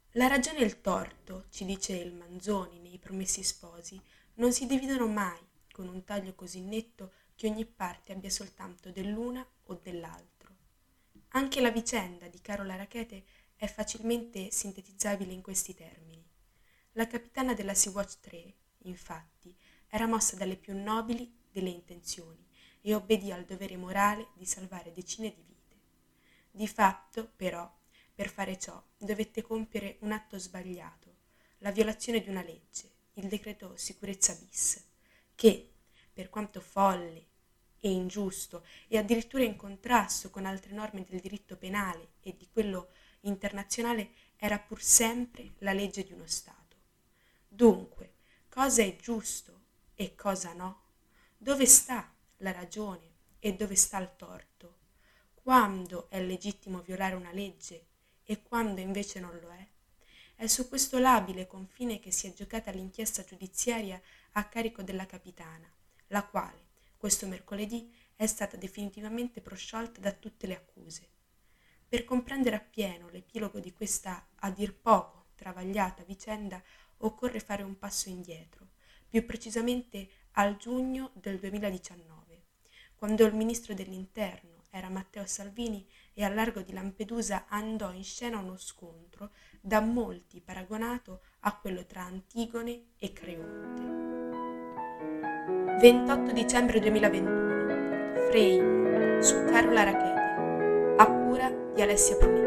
La ragione e il torto, ci dice il Manzoni nei Promessi Sposi, non si dividono mai con un taglio così netto che ogni parte abbia soltanto dell'una o dell'altro. Anche la vicenda di Carola Rackete è facilmente sintetizzabile in questi termini. La capitana della Sea-Watch 3, infatti, era mossa dalle più nobili delle intenzioni e obbedì al dovere morale di salvare decine di vite. Di fatto, però, per fare ciò dovette compiere un atto sbagliato, la violazione di una legge, il decreto sicurezza bis, che, per quanto folle e ingiusto e addirittura in contrasto con altre norme del diritto penale e di quello internazionale, era pur sempre la legge di uno Stato. Dunque, cosa è giusto e cosa no? Dove sta la ragione e dove sta il torto? Quando è legittimo violare una legge e quando invece non lo è? È su questo labile confine che si è giocata l'inchiesta giudiziaria a carico della capitana, la quale, questo mercoledì, è stata definitivamente prosciolta da tutte le accuse. Per comprendere appieno l'epilogo di questa a dir poco travagliata vicenda occorre fare un passo indietro, più precisamente al giugno del 2019, quando il ministro dell'Interno era Matteo Salvini e al largo di Lampedusa andò in scena uno scontro da molti paragonato a quello tra Antigone e Creonte. 28 dicembre 2021. Frame su Carola Rackete, a cura di Alessia Prunicchi.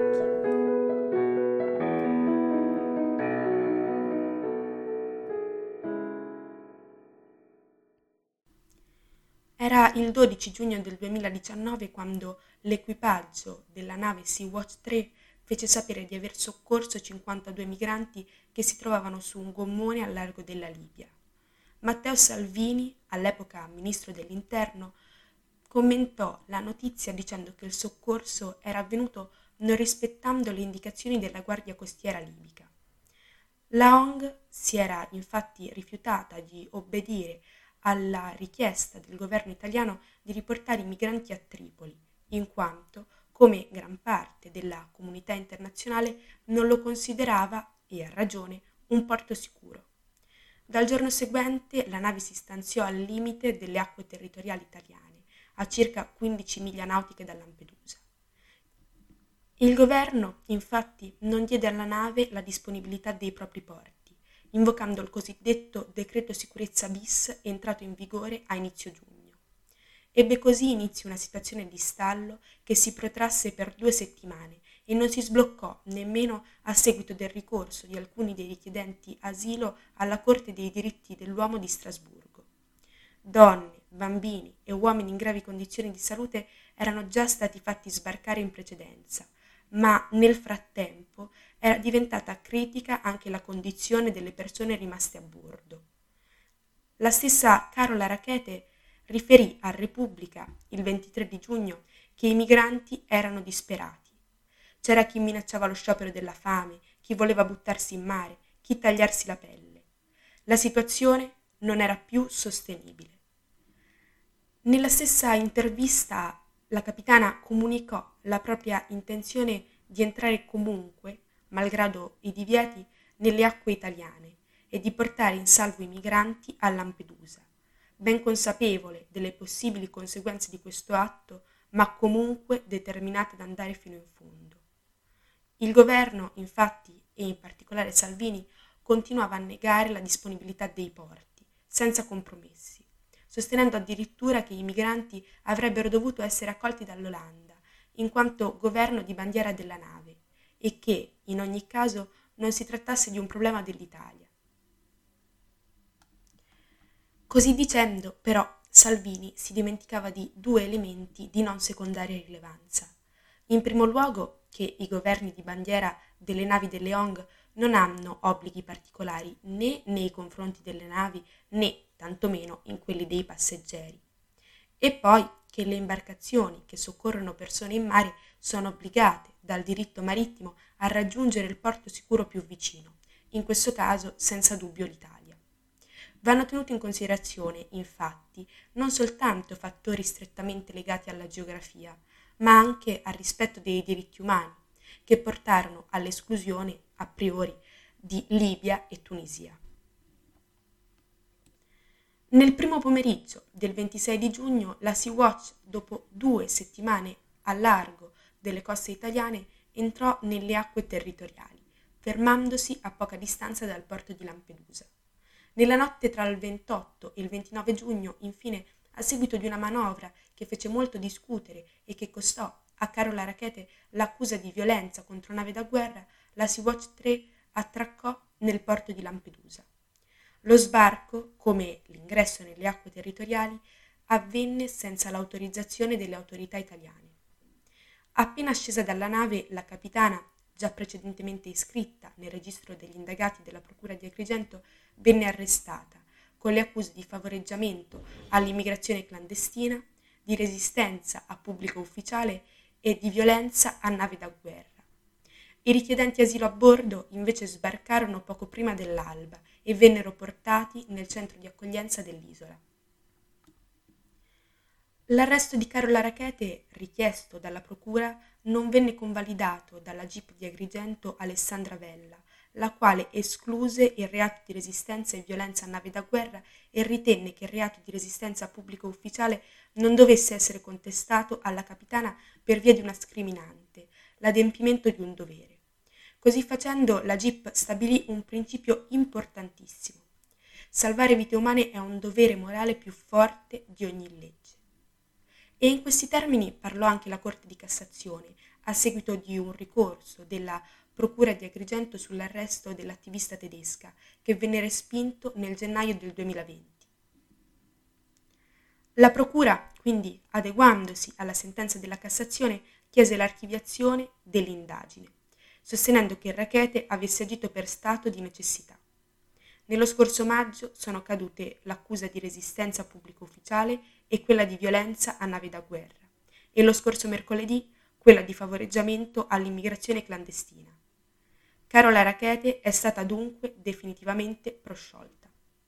Era il 12 giugno del 2019 quando l'equipaggio della nave Sea-Watch 3 fece sapere di aver soccorso 52 migranti che si trovavano su un gommone al largo della Libia. Matteo Salvini, all'epoca ministro dell'Interno, commentò la notizia dicendo che il soccorso era avvenuto non rispettando le indicazioni della Guardia Costiera libica. La ONG si era infatti rifiutata di obbedire alla richiesta del governo italiano di riportare i migranti a Tripoli, in quanto, come gran parte della comunità internazionale, non lo considerava, e a ragione, un porto sicuro. Dal giorno seguente la nave si stanziò al limite delle acque territoriali italiane, a circa 15 miglia nautiche da Lampedusa. Il governo, infatti, non diede alla nave la disponibilità dei propri porti, invocando il cosiddetto decreto sicurezza bis entrato in vigore a inizio giugno. Ebbe così inizio una situazione di stallo che si protrasse per 2 settimane e non si sbloccò nemmeno a seguito del ricorso di alcuni dei richiedenti asilo alla Corte dei diritti dell'uomo di Strasburgo. Donne, bambini e uomini in gravi condizioni di salute erano già stati fatti sbarcare in precedenza, ma nel frattempo era diventata critica anche la condizione delle persone rimaste a bordo. La stessa Carola Rackete riferì a Repubblica il 23 di giugno che i migranti erano disperati. C'era chi minacciava lo sciopero della fame, chi voleva buttarsi in mare, chi tagliarsi la pelle. La situazione non era più sostenibile. Nella stessa intervista la capitana comunicò la propria intenzione di entrare comunque, malgrado i divieti, nelle acque italiane e di portare in salvo i migranti a Lampedusa, ben consapevole delle possibili conseguenze di questo atto, ma comunque determinata ad andare fino in fondo. Il governo, infatti, e in particolare Salvini, continuava a negare la disponibilità dei porti, senza compromessi, sostenendo addirittura che i migranti avrebbero dovuto essere accolti dall'Olanda, in quanto governo di bandiera della nave, e che, in ogni caso, non si trattasse di un problema dell'Italia. Così dicendo, però, Salvini si dimenticava di 2 elementi di non secondaria rilevanza. In primo luogo, che i governi di bandiera delle navi delle ONG non hanno obblighi particolari né nei confronti delle navi né tantomeno in quelli dei passeggeri. E poi che le imbarcazioni che soccorrono persone in mare sono obbligate dal diritto marittimo a raggiungere il porto sicuro più vicino, in questo caso senza dubbio l'Italia. Vanno tenuti in considerazione, infatti, non soltanto fattori strettamente legati alla geografia, ma anche al rispetto dei diritti umani, che portarono all'esclusione a priori, di Libia e Tunisia. Nel primo pomeriggio del 26 di giugno la Sea-Watch, dopo 2 settimane a largo delle coste italiane, entrò nelle acque territoriali, fermandosi a poca distanza dal porto di Lampedusa. Nella notte tra il 28 e il 29 giugno, infine, a seguito di una manovra che fece molto discutere e che costò a Carola Rackete l'accusa di violenza contro nave da guerra, la Sea-Watch 3 attraccò nel porto di Lampedusa. Lo sbarco, come l'ingresso nelle acque territoriali, avvenne senza l'autorizzazione delle autorità italiane. Appena scesa dalla nave, la capitana, già precedentemente iscritta nel registro degli indagati della Procura di Agrigento, venne arrestata con le accuse di favoreggiamento all'immigrazione clandestina, di resistenza a pubblico ufficiale e di violenza a nave da guerra. I richiedenti asilo a bordo invece sbarcarono poco prima dell'alba e vennero portati nel centro di accoglienza dell'isola. L'arresto di Carola Rackete, richiesto dalla procura, non venne convalidato dalla GIP di Agrigento Alessandra Vella, la quale escluse il reato di resistenza e violenza a nave da guerra e ritenne che il reato di resistenza a pubblico ufficiale non dovesse essere contestato alla capitana per via di una scriminante, l'adempimento di un dovere. Così facendo, la GIP stabilì un principio importantissimo: salvare vite umane è un dovere morale più forte di ogni legge. E in questi termini parlò anche la Corte di Cassazione, a seguito di un ricorso della Procura di Agrigento sull'arresto dell'attivista tedesca, che venne respinto nel gennaio del 2020. La Procura, quindi, adeguandosi alla sentenza della Cassazione, chiese l'archiviazione dell'indagine, sostenendo che Rackete avesse agito per stato di necessità. Nello scorso maggio sono cadute l'accusa di resistenza a pubblico ufficiale e quella di violenza a nave da guerra, e lo scorso mercoledì quella di favoreggiamento all'immigrazione clandestina. Carola Rackete è stata dunque definitivamente prosciolta.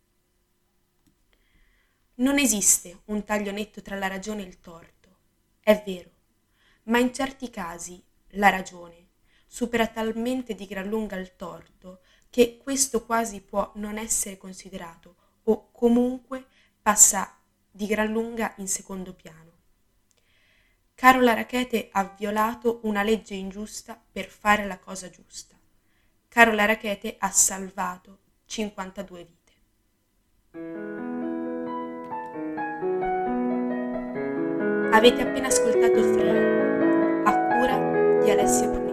Non esiste un taglio netto tra la ragione e il torto, è vero, ma in certi casi la ragione supera talmente di gran lunga il torto che questo quasi può non essere considerato o comunque passa di gran lunga in secondo piano. Carola Rackete ha violato una legge ingiusta per fare la cosa giusta. Carola Rackete ha salvato 52 vite. Avete appena ascoltato Free, a cura di Alessia Pupini.